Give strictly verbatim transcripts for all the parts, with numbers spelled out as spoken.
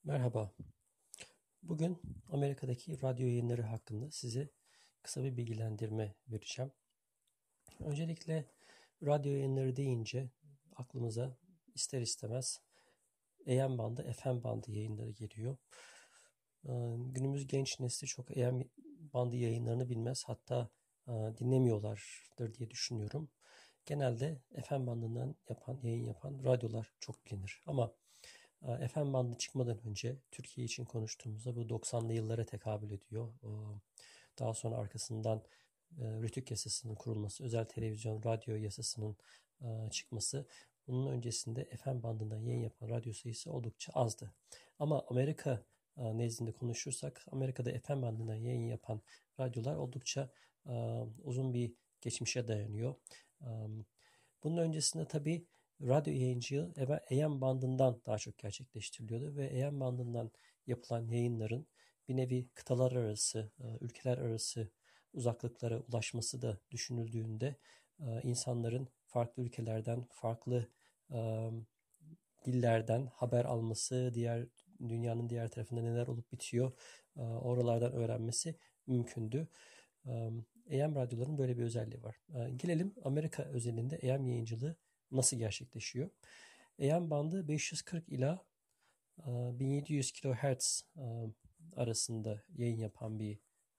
Merhaba. Bugün Amerika'daki radyo yayınları hakkında size kısa bir bilgilendirme vereceğim. Öncelikle radyo yayınları deyince aklımıza ister istemez A M bandı, F M bandı yayınları geliyor. Ee, Günümüz genç nesli çok A M bandı yayınlarını bilmez, hatta e, dinlemiyorlardır diye düşünüyorum. Genelde F M bandından yapan, yayın yapan radyolar çok bilinir. Ama e, F M bandı çıkmadan önce Türkiye için konuştuğumuzda bu doksanlı yıllara tekabül ediyor. Daha sonra arkasından e, Rütük yasasının kurulması, özel televizyon, radyo yasasının e, çıkması. Bunun öncesinde F M bandından yayın yapan radyo sayısı oldukça azdı. Ama Amerika e, nezdinde konuşursak, Amerika'da F M bandından yayın yapan radyolar oldukça e, uzun bir geçmişe dayanıyor. E, Bunun öncesinde tabii radyo yayıncılığı A M bandından daha çok gerçekleştiriliyordu ve A M bandından yapılan yayınların bir nevi kıtalar arası, ülkeler arası uzaklıklara ulaşması da düşünüldüğünde insanların farklı ülkelerden, farklı dillerden haber alması, diğer dünyanın diğer tarafında neler olup bitiyor, oralardan öğrenmesi mümkündü. A M radyoların böyle bir özelliği var. Gelelim Amerika özelinde A M yayıncılığı nasıl gerçekleşiyor? A M bandı beş yüz kırk ila bin yedi yüz kilohertz arasında yayın yapan bir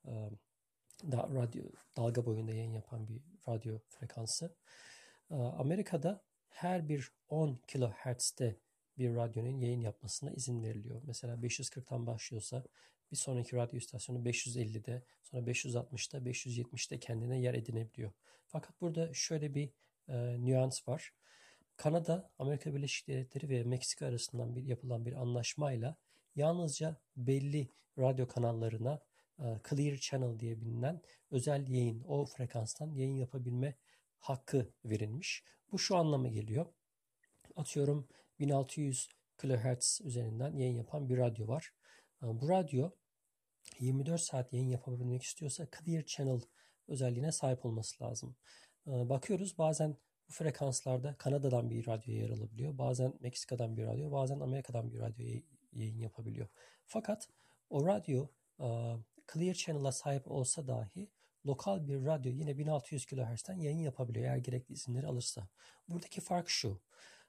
da radyo dalga boyunda yayın yapan bir radyo frekansı. Amerika'da her bir on kilohertz'te bir radyonun yayın yapmasına izin veriliyor. Mesela beş yüz kırktan başlıyorsa bir sonraki radyo istasyonu beş yüz ellide, sonra beş yüz altmışta, beş yüz yetmişte kendine yer edinebiliyor. Fakat burada şöyle bir e, nüans var. Kanada, Amerika Birleşik Devletleri ve Meksika arasından bir yapılan bir anlaşmayla yalnızca belli radyo kanallarına Clear Channel diye bilinen özel yayın, o frekanstan yayın yapabilme hakkı verilmiş. Bu şu anlama geliyor. Atıyorum bin altı yüz kilohertz üzerinden yayın yapan bir radyo var. Bu radyo yirmi dört saat yayın yapabilmek istiyorsa Clear Channel özelliğine sahip olması lazım. Bakıyoruz bazen bu frekanslarda Kanada'dan bir radyo yer alabiliyor. Bazen Meksika'dan bir radyo, bazen Amerika'dan bir radyo yayın yapabiliyor. Fakat o radyo Clear Channel'a sahip olsa dahi lokal bir radyo yine bin altı yüz kilohertz'ten yayın yapabiliyor eğer gerekli izinleri alırsa. Buradaki fark şu.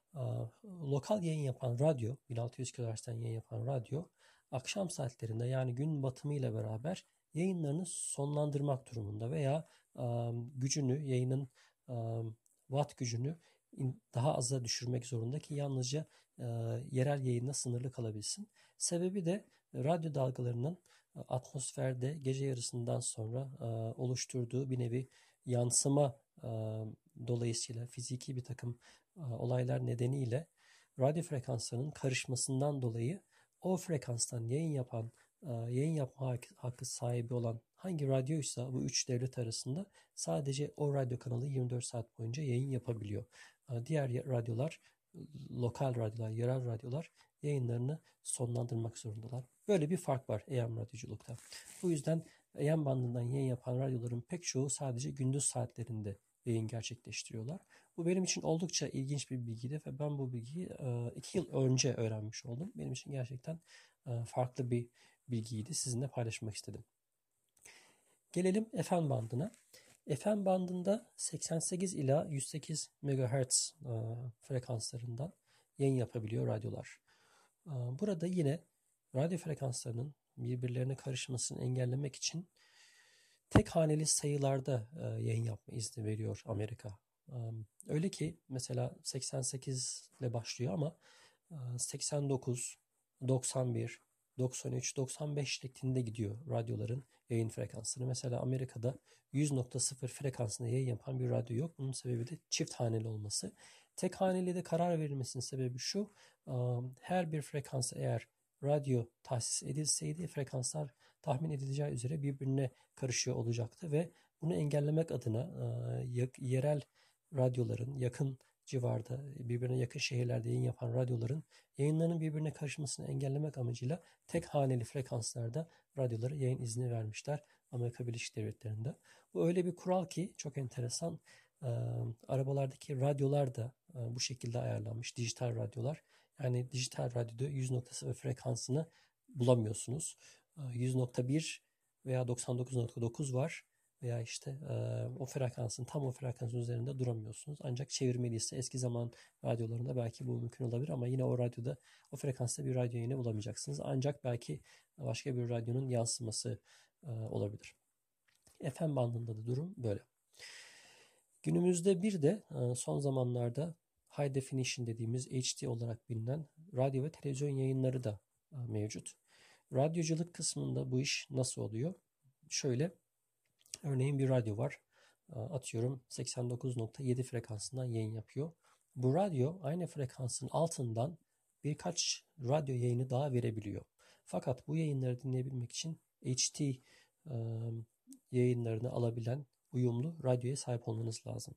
Lokal yayın yapan radyo, bin altı yüz kilohertz'ten yayın yapan radyo akşam saatlerinde yani gün batımı ile beraber yayınlarını sonlandırmak durumunda veya gücünü, yayının watt gücünü daha aza düşürmek zorunda ki yalnızca yerel yayınla sınırlı kalabilsin. Sebebi de radyo dalgalarının atmosferde gece yarısından sonra oluşturduğu bir nevi yansıma dolayısıyla fiziki bir takım olaylar nedeniyle radyo frekanslarının karışmasından dolayı o frekanstan yayın yapan, yayın yapma hakkı sahibi olan hangi radyoysa bu üç devlet arasında sadece o radyo kanalı yirmi dört saat boyunca yayın yapabiliyor. Diğer radyolar, lokal radyolar, yerel radyolar yayınlarını sonlandırmak zorundalar. Böyle bir fark var A M radyoculukta. Bu yüzden A M bandından yayın yapan radyoların pek çoğu sadece gündüz saatlerinde yayın gerçekleştiriyorlar. Bu benim için oldukça ilginç bir bilgiydi ve ben bu bilgiyi iki yıl önce öğrenmiş oldum. Benim için gerçekten farklı bir bilgiydi. Sizinle paylaşmak istedim. Gelelim F M bandına. F M bandında seksen sekiz ila yüz sekiz megahertz frekanslarından yayın yapabiliyor radyolar. Burada yine radyo frekanslarının birbirlerine karışmasını engellemek için tek haneli sayılarda yayın yapma izni veriyor Amerika. Öyle ki mesela seksen sekiz ile başlıyor ama seksen dokuz, doksan bir, doksan üç, doksan beş şeklinde gidiyor radyoların yayın frekansları. Mesela Amerika'da yüz nokta sıfır frekansında yayın yapan bir radyo yok. Bunun sebebi de çift haneli olması. Tek haneli de karar verilmesinin sebebi şu. Her bir frekans eğer radyo tahsis edilseydi frekanslar tahmin edileceği üzere birbirine karışıyor olacaktı ve bunu engellemek adına yerel radyoların yakın civarda birbirine yakın şehirlerde yayın yapan radyoların yayınlarının birbirine karışmasını engellemek amacıyla tek haneli frekanslarda radyolara yayın izni vermişler Amerika Birleşik Devletleri'nde. Bu öyle bir kural ki çok enteresan. E, arabalardaki radyolar da bu şekilde ayarlanmış dijital radyolar. Yani dijital radyoda yüz nokta sıfır frekansını bulamıyorsunuz. yüz nokta bir veya doksan dokuz nokta dokuz var veya işte e, o frekansın tam o frekansın üzerinde duramıyorsunuz. Ancak çevirmeliyse eski zaman radyolarında belki bu mümkün olabilir ama yine o radyoda o frekansta bir radyo yayını bulamayacaksınız. Ancak belki başka bir radyonun yansıması e, olabilir. F M bandında da durum böyle. Günümüzde bir de son zamanlarda High Definition dediğimiz H D olarak bilinen radyo ve televizyon yayınları da mevcut. Radyoculuk kısmında bu iş nasıl oluyor? Şöyle, örneğin bir radyo var. Atıyorum seksen dokuz nokta yedi frekansından yayın yapıyor. Bu radyo aynı frekansın altından birkaç radyo yayını daha verebiliyor. Fakat bu yayınları dinleyebilmek için H D yayınlarını alabilen uyumlu radyoya sahip olmanız lazım.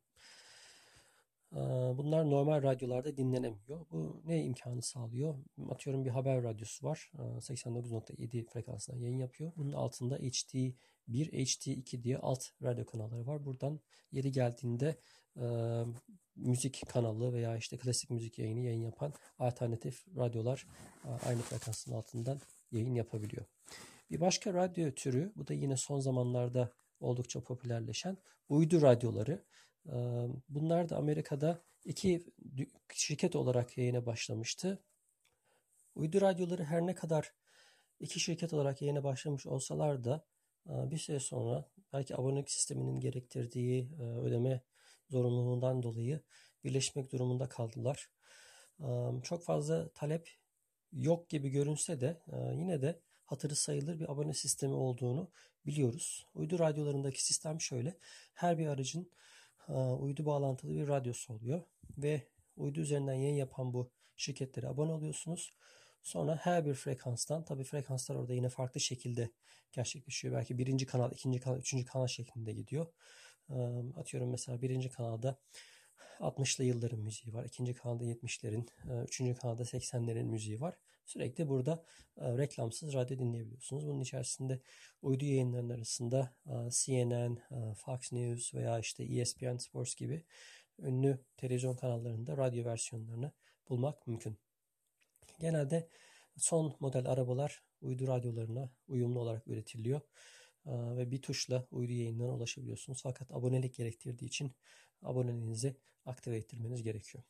Bunlar normal radyolarda dinlenemiyor. Bu ne imkanı sağlıyor? Atıyorum bir haber radyosu var. seksen dokuz nokta yedi frekansından yayın yapıyor. Bunun altında H D bir, H D iki diye alt radyo kanalları var. Buradan yeri geldiğinde e, müzik kanalı veya işte klasik müzik yayını yayın yapan alternatif radyolar e, aynı frekansın altından yayın yapabiliyor. Bir başka radyo türü, bu da yine son zamanlarda oldukça popülerleşen uydu radyoları. Bunlar da Amerika'da iki şirket olarak yayına başlamıştı. Uydu radyoları her ne kadar iki şirket olarak yayına başlamış olsalar da bir süre sonra belki abonelik sisteminin gerektirdiği ödeme zorunluluğundan dolayı birleşmek durumunda kaldılar. Çok fazla talep yok gibi görünse de yine de hatırı sayılır bir abone sistemi olduğunu biliyoruz. Uydu radyolarındaki sistem şöyle: her bir aracın uydu bağlantılı bir radyosu oluyor ve uydu üzerinden yayın yapan bu şirketlere abone oluyorsunuz. Sonra her bir frekanstan, tabii frekanslar orada yine farklı şekilde gerçekleşiyor. Belki birinci kanal, ikinci kanal, üçüncü kanal şeklinde gidiyor. Atıyorum mesela birinci kanalda altmışlı yılların müziği var. İkinci kanalda yetmişlerin, üçüncü kanalda seksenlerin müziği var. Sürekli burada reklamsız radyo dinleyebiliyorsunuz. Bunun içerisinde uydu yayınlarının arasında C N N, Fox News veya işte E S P N Sports gibi ünlü televizyon kanallarında radyo versiyonlarını bulmak mümkün. Genelde son model arabalar uydu radyolarına uyumlu olarak üretiliyor ve bir tuşla uydu yayınlarına ulaşabiliyorsunuz. Fakat abonelik gerektirdiği için aboneliğinizi aktive ettirmeniz gerekiyor.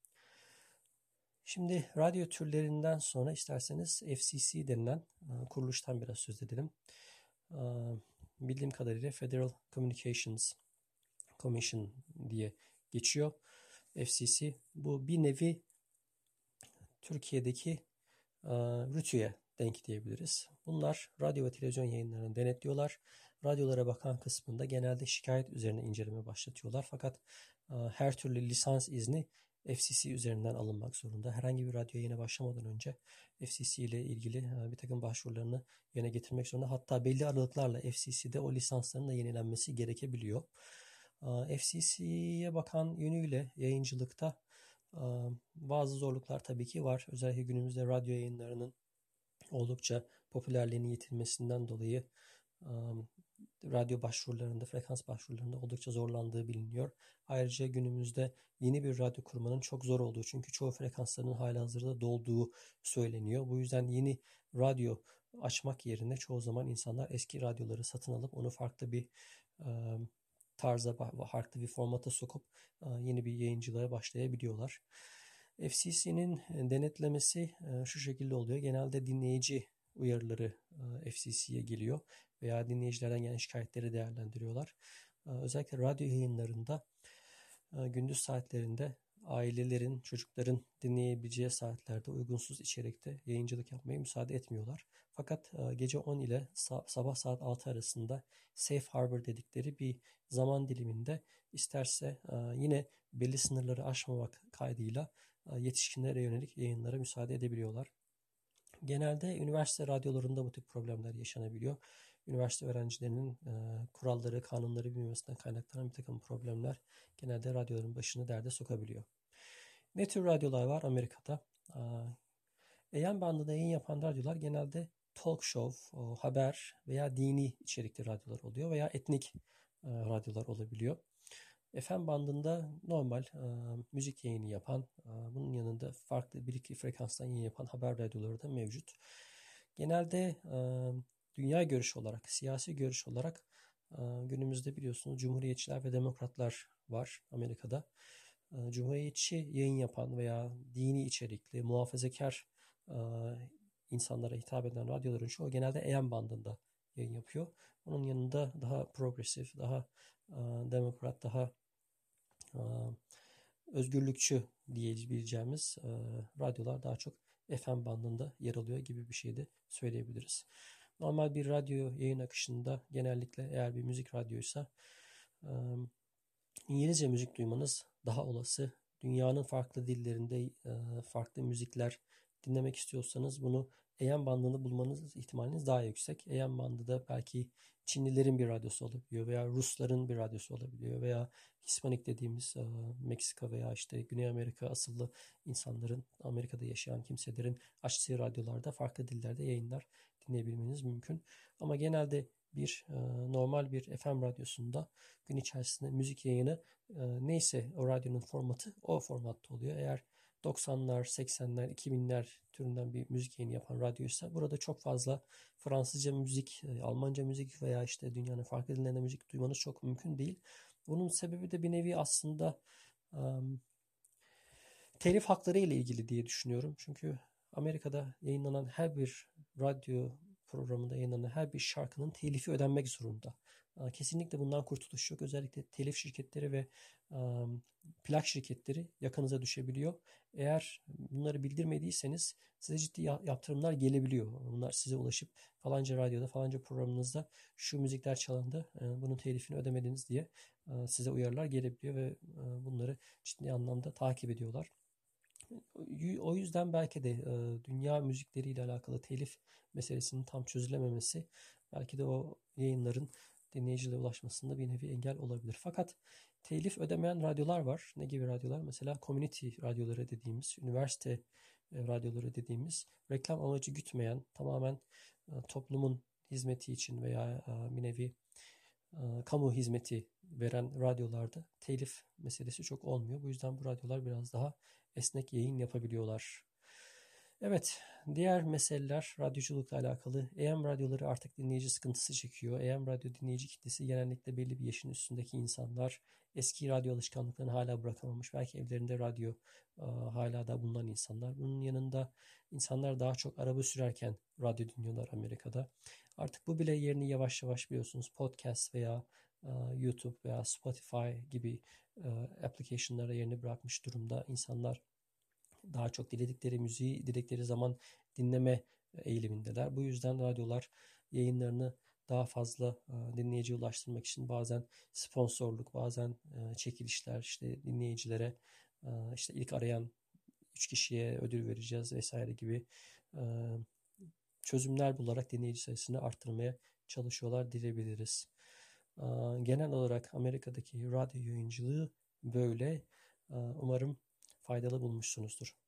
Şimdi radyo türlerinden sonra isterseniz F C C denilen kuruluştan biraz söz edelim. Bildiğim kadarıyla Federal Communications Commission diye geçiyor. F C C bu bir nevi Türkiye'deki RTÜ'ye denk diyebiliriz. Bunlar radyo ve televizyon yayınlarını denetliyorlar. Radyolara bakan kısmında genelde şikayet üzerine inceleme başlatıyorlar. Fakat her türlü lisans izni F C C üzerinden alınmak zorunda. Herhangi bir radyo yayına başlamadan önce F C C ile ilgili bir takım başvurularını yerine getirmek zorunda. Hatta belli aralıklarla F C C'de o lisansların da yenilenmesi gerekebiliyor. F C C'ye bakan yönüyle yayıncılıkta bazı zorluklar tabii ki var. Özellikle günümüzde radyo yayınlarının oldukça popülerliğini yitirmesinden dolayı radyo başvurularında, frekans başvurularında oldukça zorlandığı biliniyor. Ayrıca günümüzde yeni bir radyo kurmanın çok zor olduğu, çünkü çoğu frekansların halihazırda dolduğu söyleniyor. Bu yüzden yeni radyo açmak yerine çoğu zaman insanlar eski radyoları satın alıp onu farklı bir tarza, farklı bir formata sokup yeni bir yayıncılığa başlayabiliyorlar. F C C'nin denetlemesi şu şekilde oluyor. Genelde dinleyici uyarıları F C C'ye geliyor veya dinleyicilerden gelen şikayetleri değerlendiriyorlar. Özellikle radyo yayınlarında gündüz saatlerinde ailelerin, çocukların dinleyebileceği saatlerde uygunsuz içerikte yayıncılık yapmaya müsaade etmiyorlar. Fakat gece on ile sabah saat altı arasında Safe Harbor dedikleri bir zaman diliminde isterse yine belli sınırları aşmamak kaydıyla yetişkinlere yönelik yayınlara müsaade edebiliyorlar. Genelde üniversite radyolarında bu tip problemler yaşanabiliyor. Üniversite öğrencilerinin e, kuralları, kanunları bilmemesinden kaynaklanan bir takım problemler genelde radyoların başını derde sokabiliyor. Ne tür radyolar var Amerika'da? A M bandında yayın yapan radyolar genelde talk show, o, haber veya dini içerikli radyolar oluyor veya etnik e, radyolar olabiliyor. F M bandında normal e, müzik yayını yapan, e, bunun yanında farklı bir iki frekanstan yayın yapan haber radyoları da mevcut. Genelde e, dünya görüşü olarak, siyasi görüş olarak e, günümüzde biliyorsunuz Cumhuriyetçiler ve Demokratlar var Amerika'da. E, Cumhuriyetçi yayın yapan veya dini içerikli, muhafazakar e, insanlara hitap eden radyoların çoğu genelde A M bandında yayın yapıyor. Onun yanında daha progresif, daha e, demokrat, daha e, özgürlükçü diyebileceğimiz e, radyolar daha çok F M bandında yer alıyor gibi bir şey de söyleyebiliriz. Normal bir radyo yayın akışında genellikle eğer bir müzik radyoysa e, İngilizce müzik duymanız daha olası. Dünyanın farklı dillerinde e, farklı müzikler dinlemek istiyorsanız bunu A M bandında bulmanız ihtimaliniz daha yüksek. A M bandında belki Çinlilerin bir radyosu olabiliyor veya Rusların bir radyosu olabiliyor veya Hispanik dediğimiz e, Meksika veya işte Güney Amerika asıllı insanların, Amerika'da yaşayan kimselerin açtığı radyolarda farklı dillerde yayınlar dinleyebilmeniz mümkün. Ama genelde bir e, normal bir F M radyosunda gün içerisinde müzik yayını e, neyse o radyonun formatı o formatta oluyor. Eğer doksanlar, seksenler, iki binler türünden bir müzik yayını yapan radyoysa burada çok fazla Fransızca müzik, e, Almanca müzik veya işte dünyanın farklı dillerinde müzik duymanız çok mümkün değil. Bunun sebebi de bir nevi aslında um, telif hakları ile ilgili diye düşünüyorum. Çünkü Amerika'da yayınlanan her bir radyo programında yayınlanan her bir şarkının telifi ödenmek zorunda. Kesinlikle bundan kurtuluş yok. Özellikle telif şirketleri ve plak şirketleri yakınıza düşebiliyor. Eğer bunları bildirmediyseniz size ciddi yaptırımlar gelebiliyor. Bunlar size ulaşıp falanca radyoda falanca programınızda şu müzikler çalındı, bunun telifini ödemediniz diye size uyarılar gelebiliyor ve bunları ciddi anlamda takip ediyorlar. O yüzden belki de e, dünya müzikleriyle alakalı telif meselesinin tam çözülememesi belki de o yayınların dinleyicilere ulaşmasında bir nevi engel olabilir. Fakat telif ödemeyen radyolar var. Ne gibi radyolar? Mesela community radyoları dediğimiz, üniversite e, radyoları dediğimiz, reklam amacı gütmeyen, tamamen e, toplumun hizmeti için veya e, bir nevi e, kamu hizmeti veren radyolarda telif meselesi çok olmuyor. Bu yüzden bu radyolar biraz daha esnek yayın yapabiliyorlar. Evet, diğer meseleler radyoculukla alakalı. A M radyoları artık dinleyici sıkıntısı çekiyor. A M radyo dinleyici kitlesi genellikle belli bir yaşın üstündeki insanlar. Eski radyo alışkanlıklarını hala bırakamamış. Belki evlerinde radyo e, hala da bulunan insanlar. Bunun yanında insanlar daha çok araba sürerken radyo dinliyorlar Amerika'da. Artık bu bile yerini yavaş yavaş biliyorsunuz podcast veya e, YouTube veya Spotify gibi e, application'lara yerini bırakmış durumda. İnsanlar daha çok diledikleri müziği diledikleri zaman dinleme eğilimindeler. Bu yüzden radyolar yayınlarını daha fazla e, dinleyiciye ulaştırmak için bazen sponsorluk, bazen e, çekilişler, işte dinleyicilere e, işte ilk arayan üç kişiye ödül vereceğiz vesaire gibi e, çözümler bularak dinleyici sayısını arttırmaya çalışıyorlar diyebiliriz. E, genel olarak Amerika'daki radyo yayıncılığı böyle. E, umarım faydalı bulmuşsunuzdur.